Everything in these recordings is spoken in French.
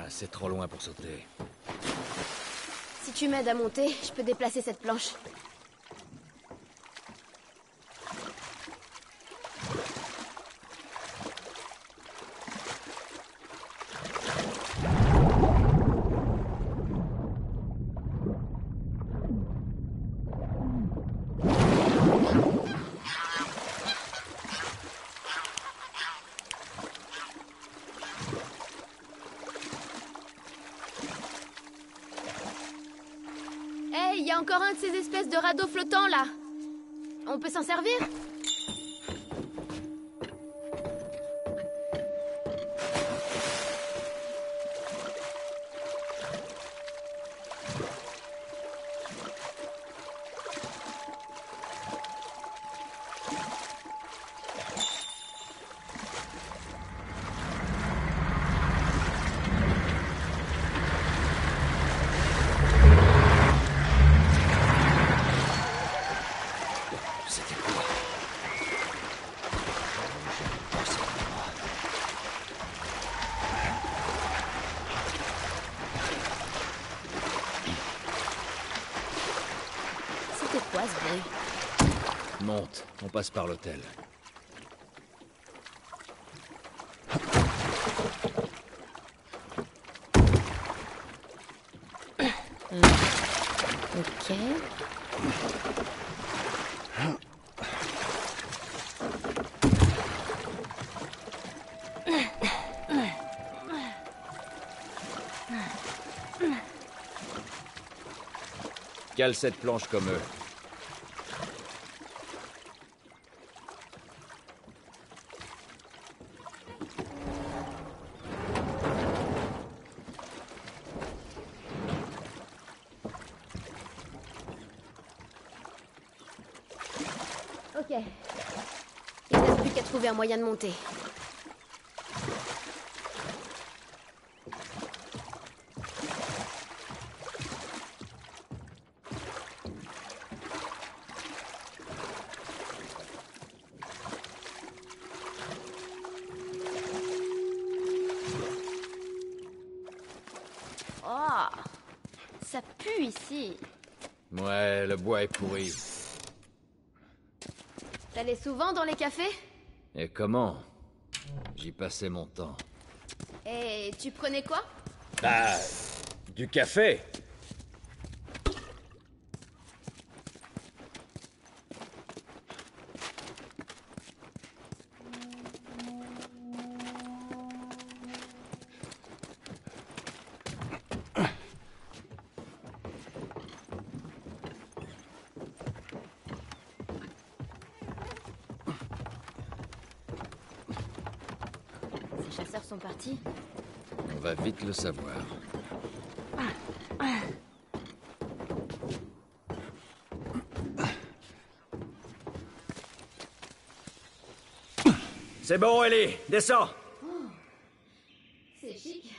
c'est trop loin pour sauter. Si tu m'aides à monter, je peux déplacer cette planche. Hey, il y a encore un de ces espèces de radeaux flottants là. On peut s'en servir? C'était quoi? Oh, c'est moi. C'était quoi ce bruit? Monte, on passe par l'hôtel. Ok. Cale cette planche comme eux. Ok. Il ne reste plus qu'à trouver un moyen de monter. Oh, ça pue ici. Ouais, le bois est pourri. T'allais souvent dans les cafés? Et comment? J'y passais mon temps. Et tu prenais quoi? Bah, du café. Ces chasseurs sont partis. On va vite le savoir. C'est bon, Ellie, descends. C'est chic.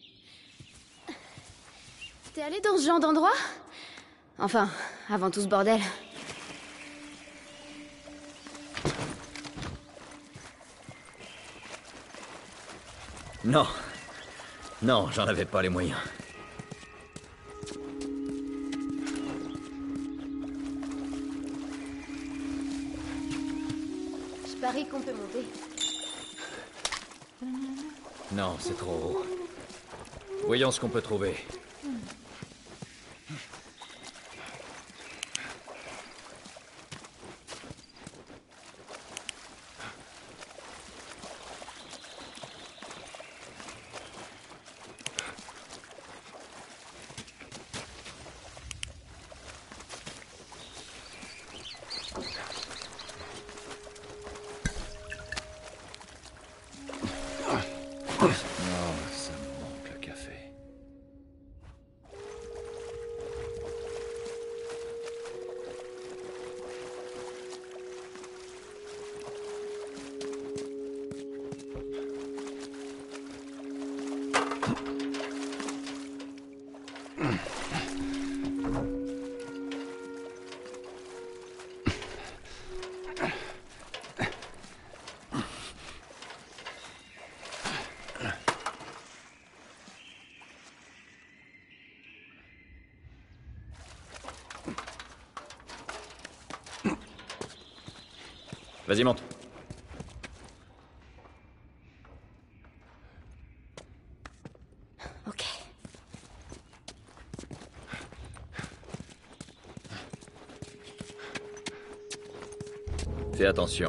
T'es allé dans ce genre d'endroit? Enfin, avant tout ce bordel. Non. Non, j'en avais pas les moyens. Je parie qu'on peut monter. Non, c'est trop haut. Voyons ce qu'on peut trouver. Oh, ça me manque le café. Vas-y, monte. Ok. Fais attention.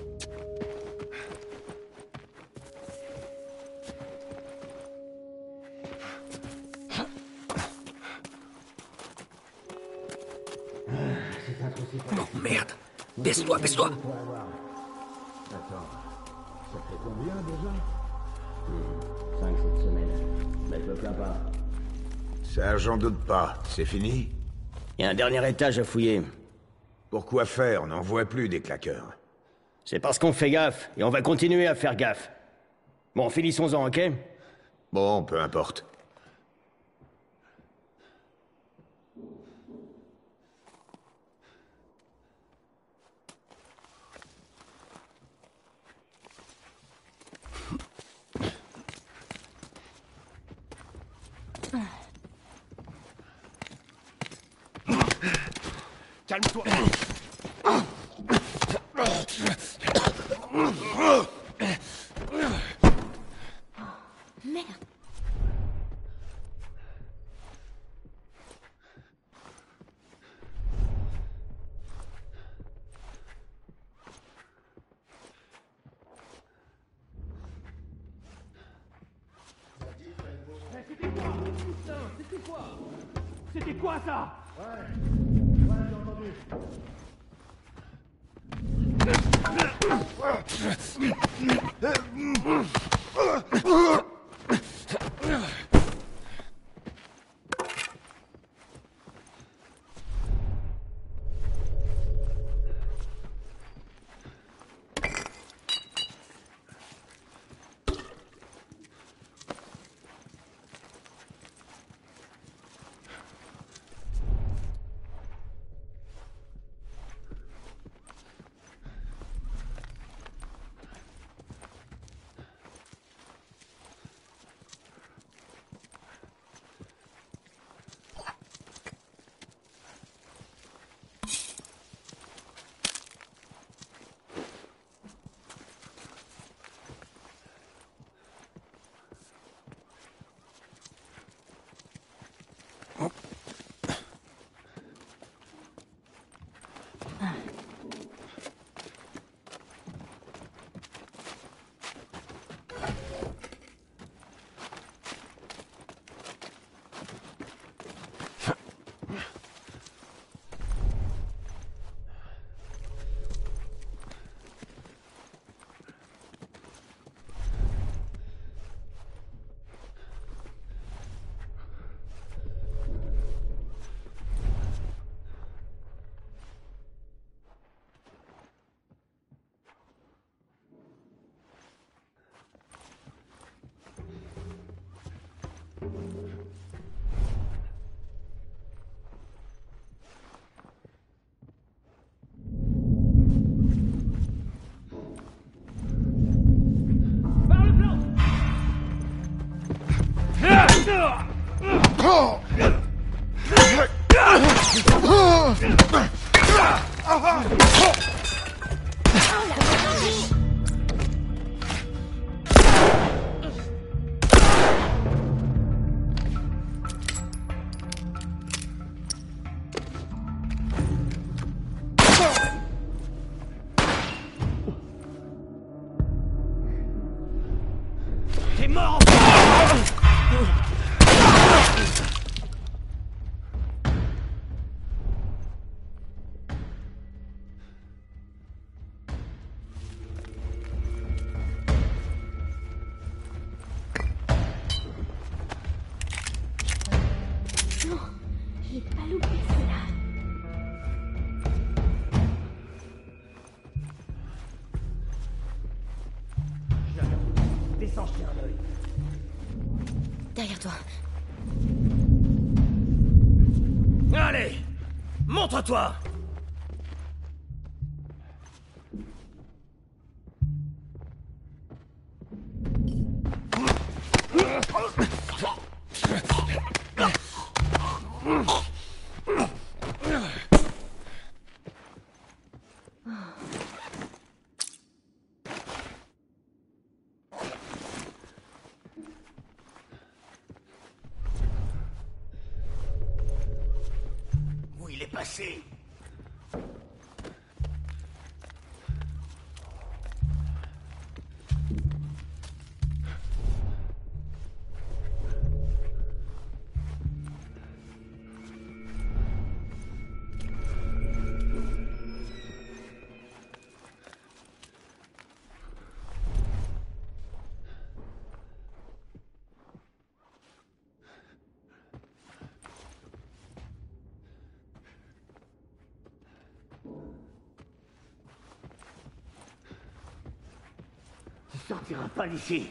Oh merde! Baisse-toi, baisse-toi! Attends, ça fait combien déjà 5 cette semaine. Mais je me plains pas. Ça, j'en doute pas. C'est fini? Il y a un dernier étage à fouiller. Pourquoi faire? On n'en voit plus des claqueurs. C'est parce qu'on fait gaffe, et on va continuer à faire gaffe. Bon, finissons-en, ok? Bon, peu importe. Calme-toi. Merde. C'était quoi ça? T'es mort! Non, j'ai pas loupé cela. Descends, jeter un œil. Derrière toi. Allez! Montre-toi! passé. Tu sortiras pas d'ici.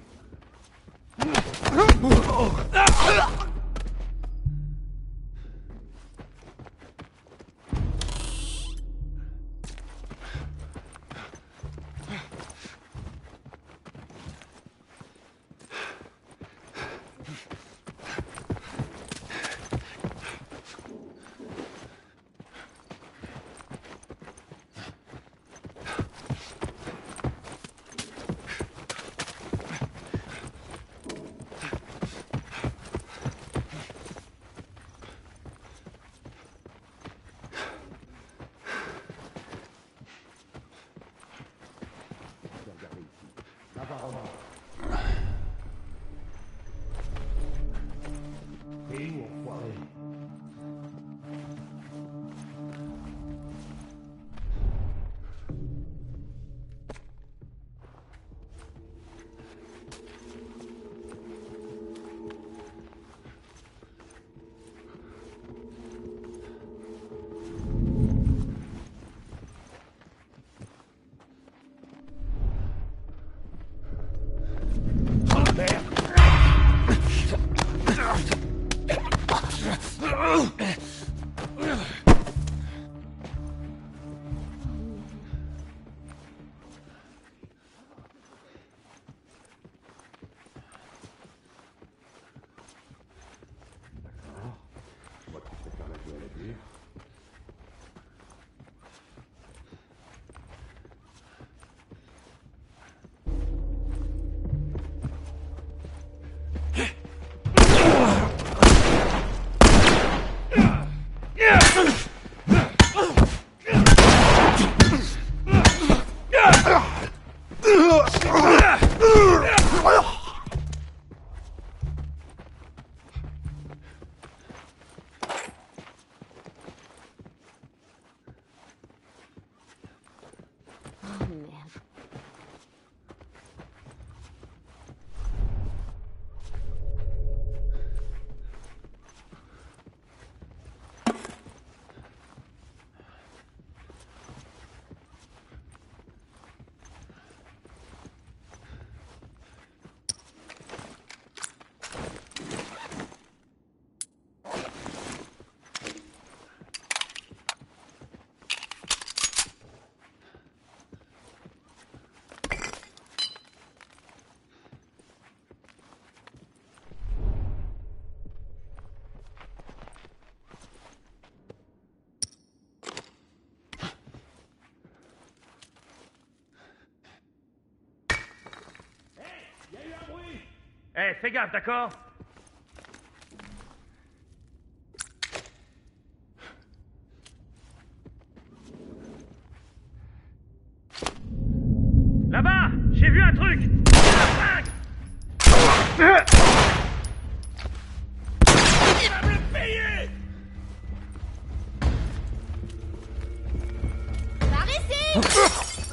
Eh, fais gaffe, d'accord? Là-bas! J'ai vu un truc! Il va me le payer! Par ici!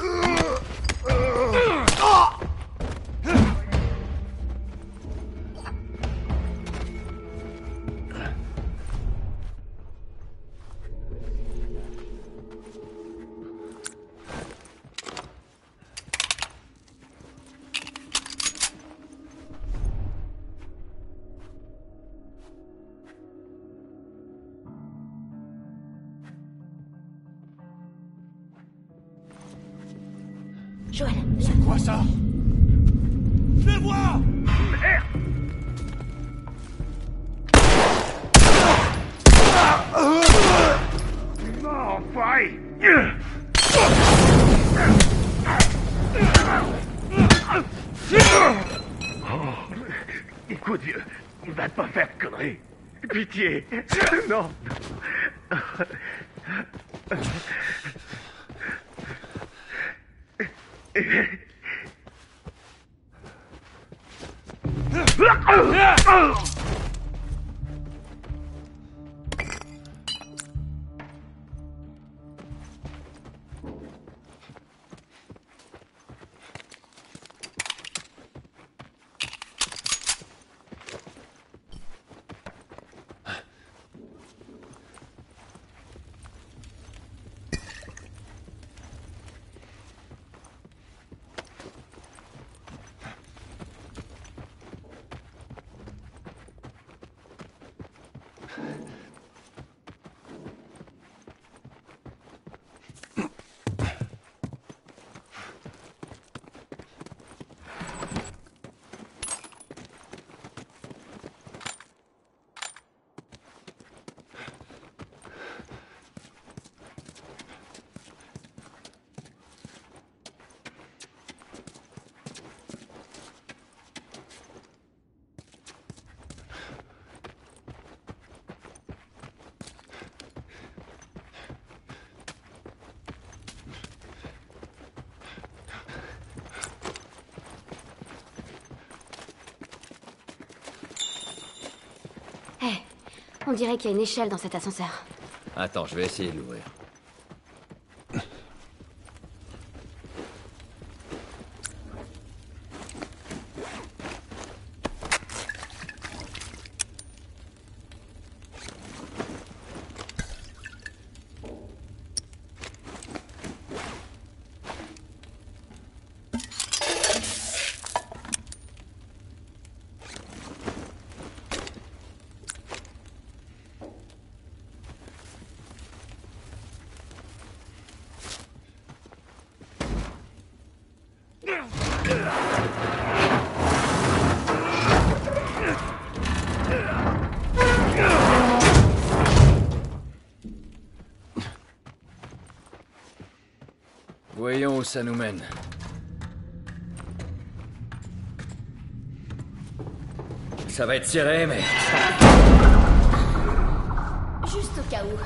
Joël, C'est quoi ça? Je le vois! Merde! Non, enfoiré! Oh, écoute, vieux, va pas faire de conneries. Pitié. Non. On dirait qu'il y a une échelle dans cet ascenseur. Attends, je vais essayer de l'ouvrir. Voyons où ça nous mène. Ça va être serré, mais... Juste au cas où.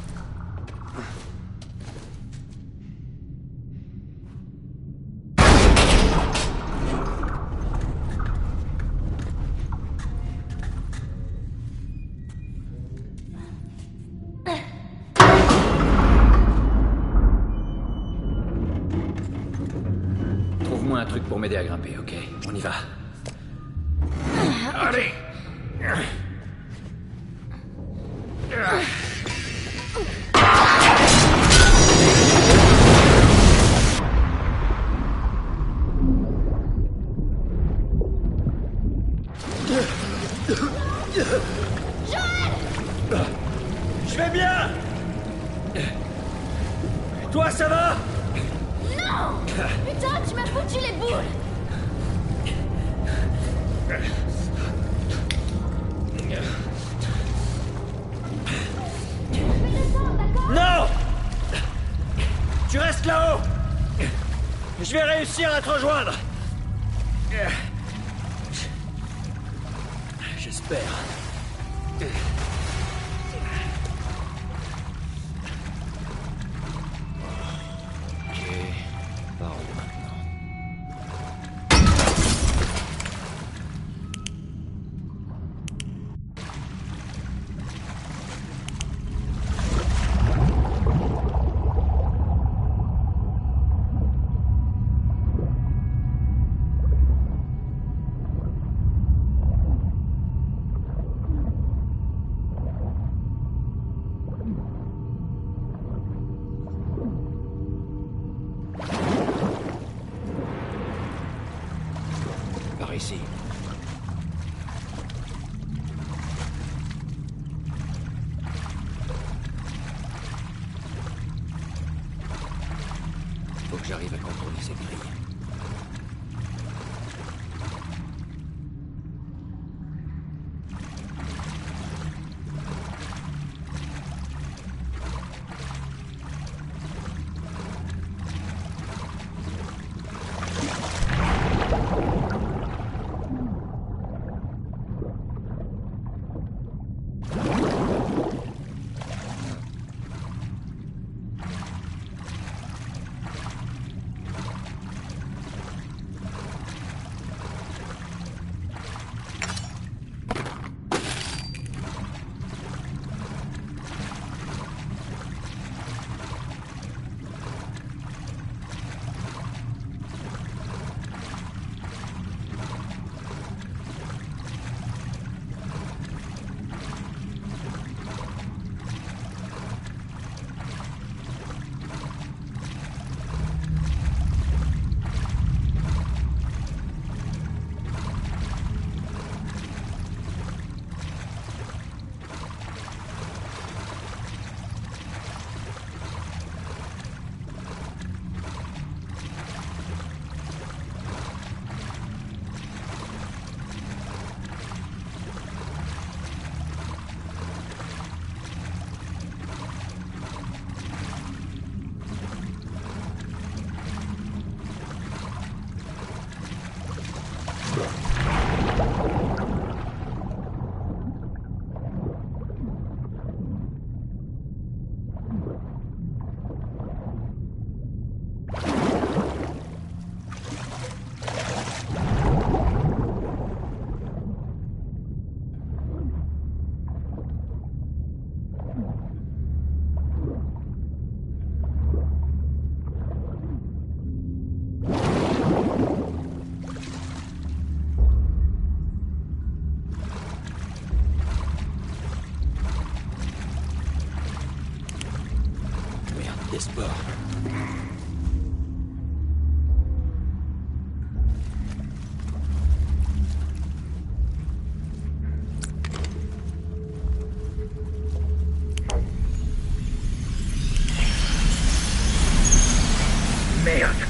Trouve-moi un truc pour m'aider à grimper, ok? On y va. Allez. Je vais bien. Toi, ça va? Non! Putain, tu m'as foutu les boules! Non! Tu restes là-haut! Je vais réussir à te rejoindre! J'espère. Ok. Par où maintenant? Par ici. Faut que j'arrive à contrôler ces grilles. repose pas. Merde.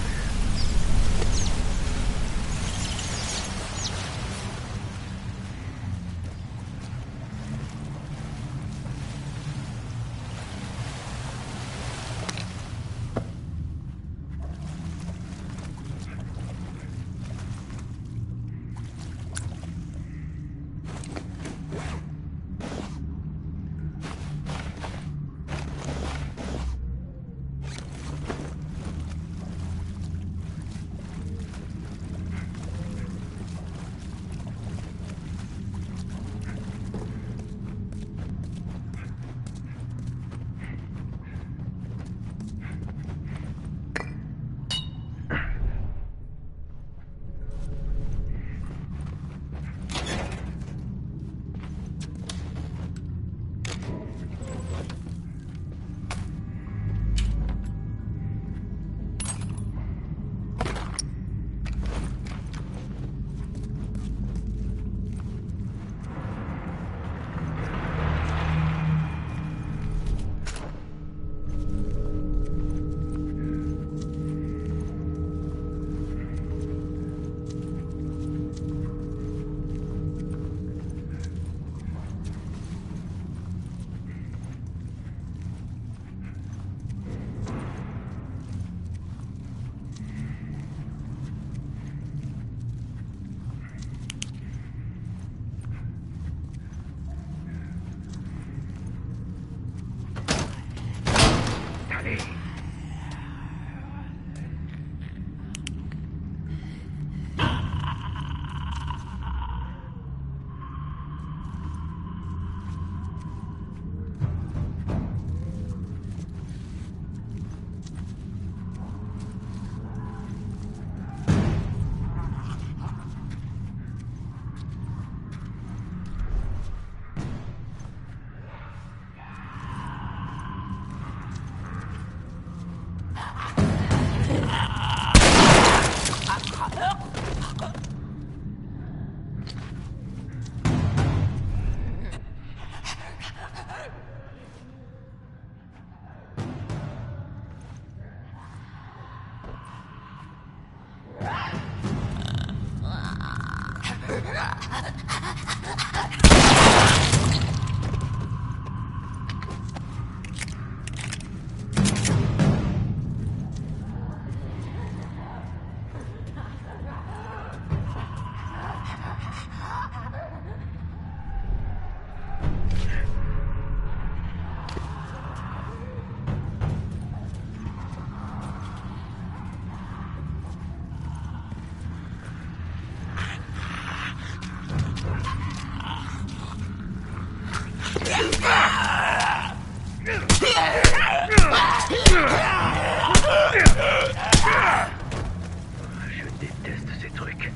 Je déteste ces trucs.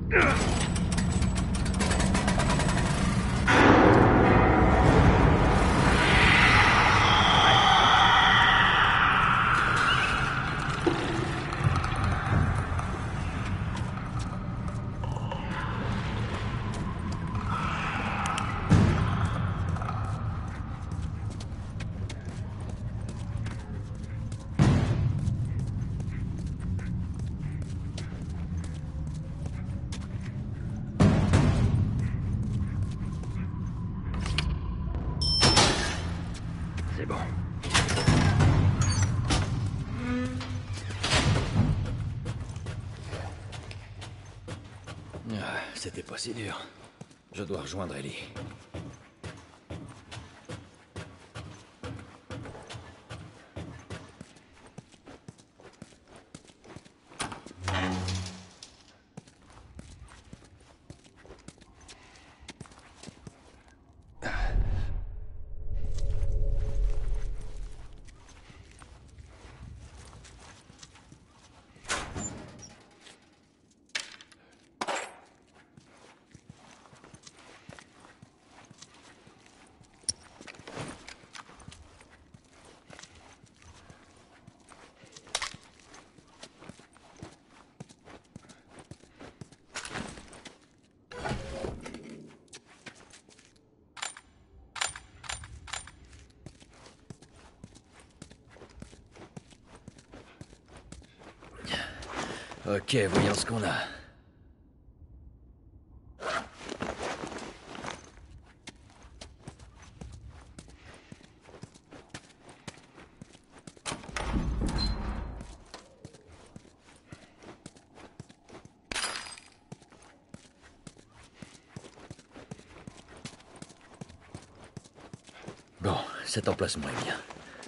C'est bon. C'était pas si dur. Je dois rejoindre Ellie. Ok, voyons ce qu'on a. Bon, cet emplacement est bien.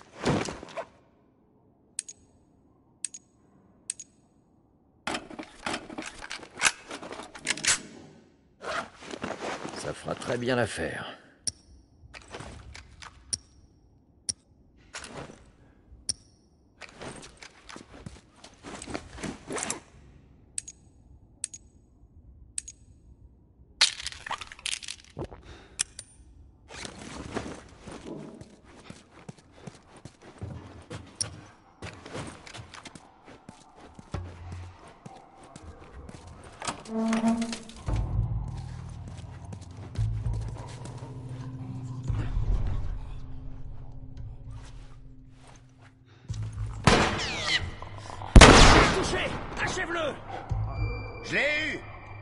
Ça fera très bien l'affaire. Touché! Achève-le! Je l'ai eu!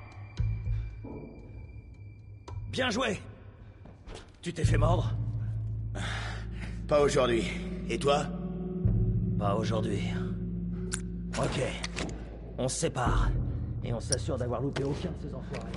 Bien joué. Tu t'es fait mordre? Pas aujourd'hui. Et toi? Pas aujourd'hui. Ok. On se sépare. Et on s'assure d'avoir loupé aucun de ces enfoirés.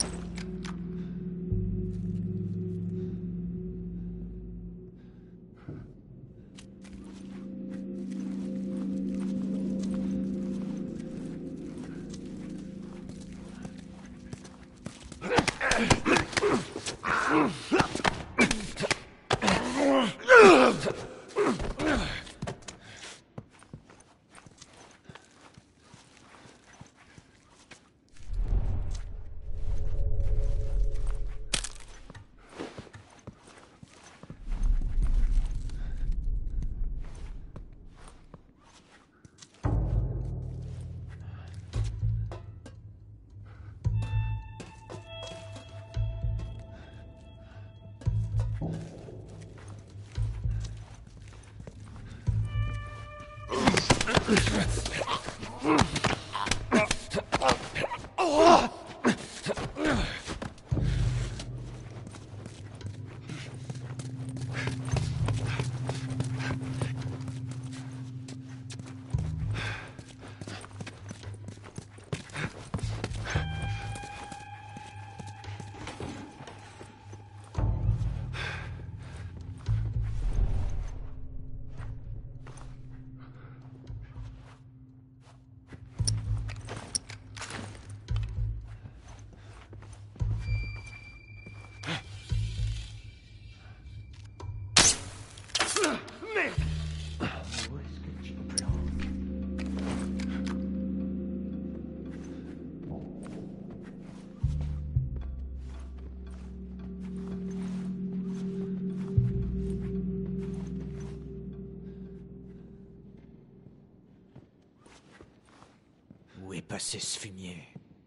Où est passé ce fumier?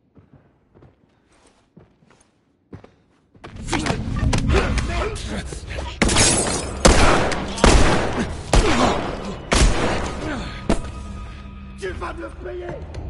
Tu vas me le payer!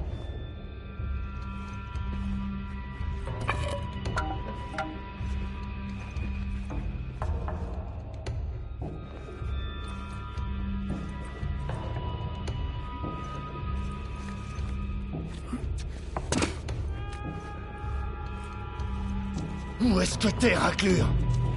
Où est-ce que t'es, raclure?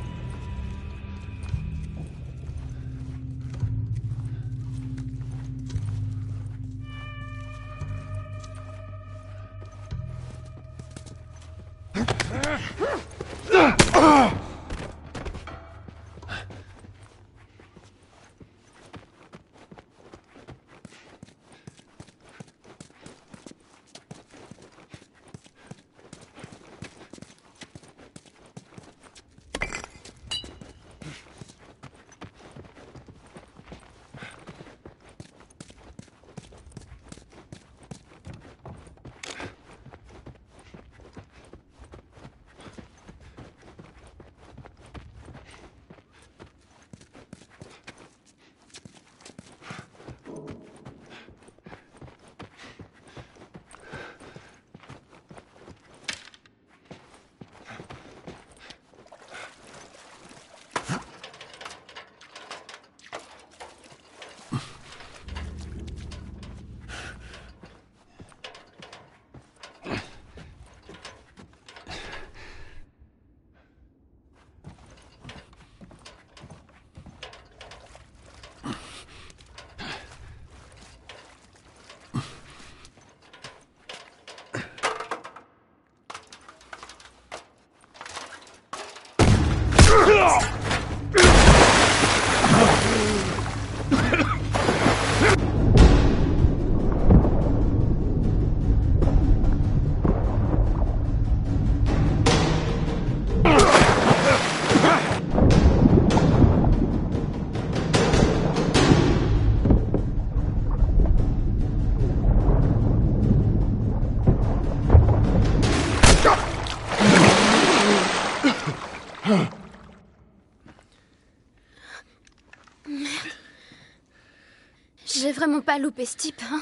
J'ai vraiment pas loupé ce type, hein?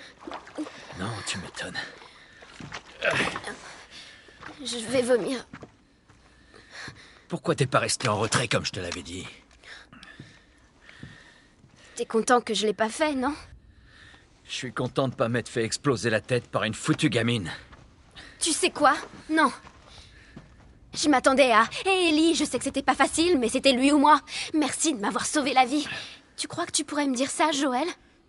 Non, tu m'étonnes. Je vais vomir. Pourquoi t'es pas resté en retrait comme je te l'avais dit? T'es content que je l'ai pas fait, non? Je suis content de pas m'être fait exploser la tête par une foutue gamine. Tu sais quoi? Non. Je m'attendais à... Hé, Ellie, je sais que c'était pas facile, mais c'était lui ou moi. Merci de m'avoir sauvé la vie. Tu crois que tu pourrais me dire ça, Joël?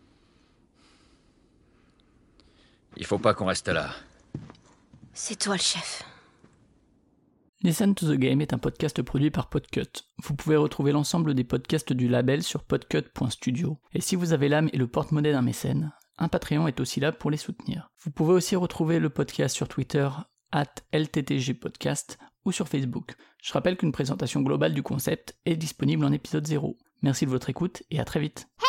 Il faut pas qu'on reste là. C'est toi le chef. Listen to the Game est un podcast produit par Podcut. Vous pouvez retrouver l'ensemble des podcasts du label sur podcut.studio. Et si vous avez l'âme et le porte-monnaie d'un mécène, un Patreon est aussi là pour les soutenir. Vous pouvez aussi retrouver le podcast sur Twitter @LTTGpodcast ou sur Facebook. Je rappelle qu'une présentation globale du concept est disponible en épisode 0. Merci de votre écoute et à très vite.